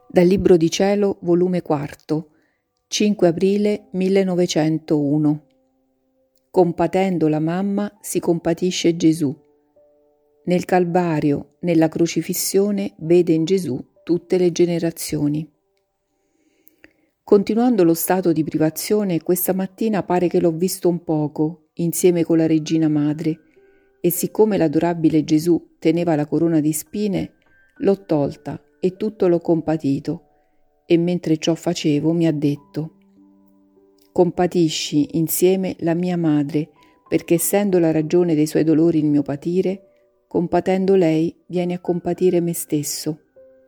Dal Libro di Cielo, volume 4, 5 aprile 1901. Compatendo la mamma si compatisce Gesù. Nel Calvario, nella crocifissione, vede in Gesù tutte le generazioni. Continuando lo stato di privazione, questa mattina pare che l'ho visto un poco, insieme con la Regina Madre, e siccome l'adorabile Gesù teneva la corona di spine, l'ho tolta e tutto l'ho compatito, e mentre ciò facevo mi ha detto: compatisci insieme la mia madre, perché essendo la ragione dei suoi dolori il mio patire, compatendo lei vieni a compatire me stesso.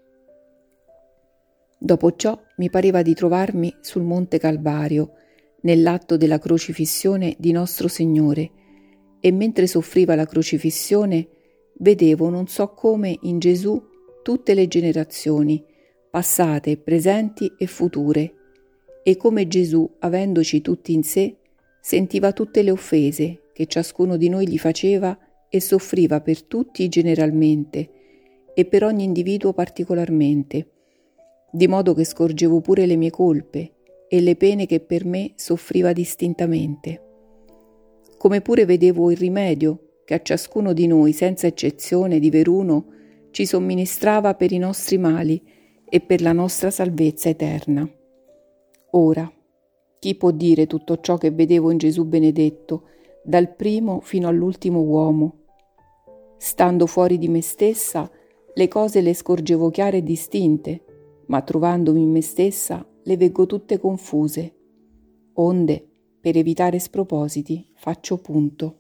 Dopo ciò mi pareva di trovarmi sul Monte Calvario, nell'atto della crocifissione di nostro Signore, e mentre soffriva la crocifissione vedevo non so come in Gesù tutte le generazioni, passate, presenti e future, e come Gesù, avendoci tutti in sé, sentiva tutte le offese che ciascuno di noi gli faceva e soffriva per tutti generalmente e per ogni individuo particolarmente, di modo che scorgevo pure le mie colpe e le pene che per me soffriva distintamente. Come pure vedevo il rimedio che a ciascuno di noi, senza eccezione di veruno, ci somministrava per i nostri mali e per la nostra salvezza eterna. Ora, chi può dire tutto ciò che vedevo in Gesù benedetto, dal primo fino all'ultimo uomo? Stando fuori di me stessa, le cose le scorgevo chiare e distinte, ma trovandomi in me stessa, le veggo tutte confuse. Onde, per evitare spropositi, faccio punto.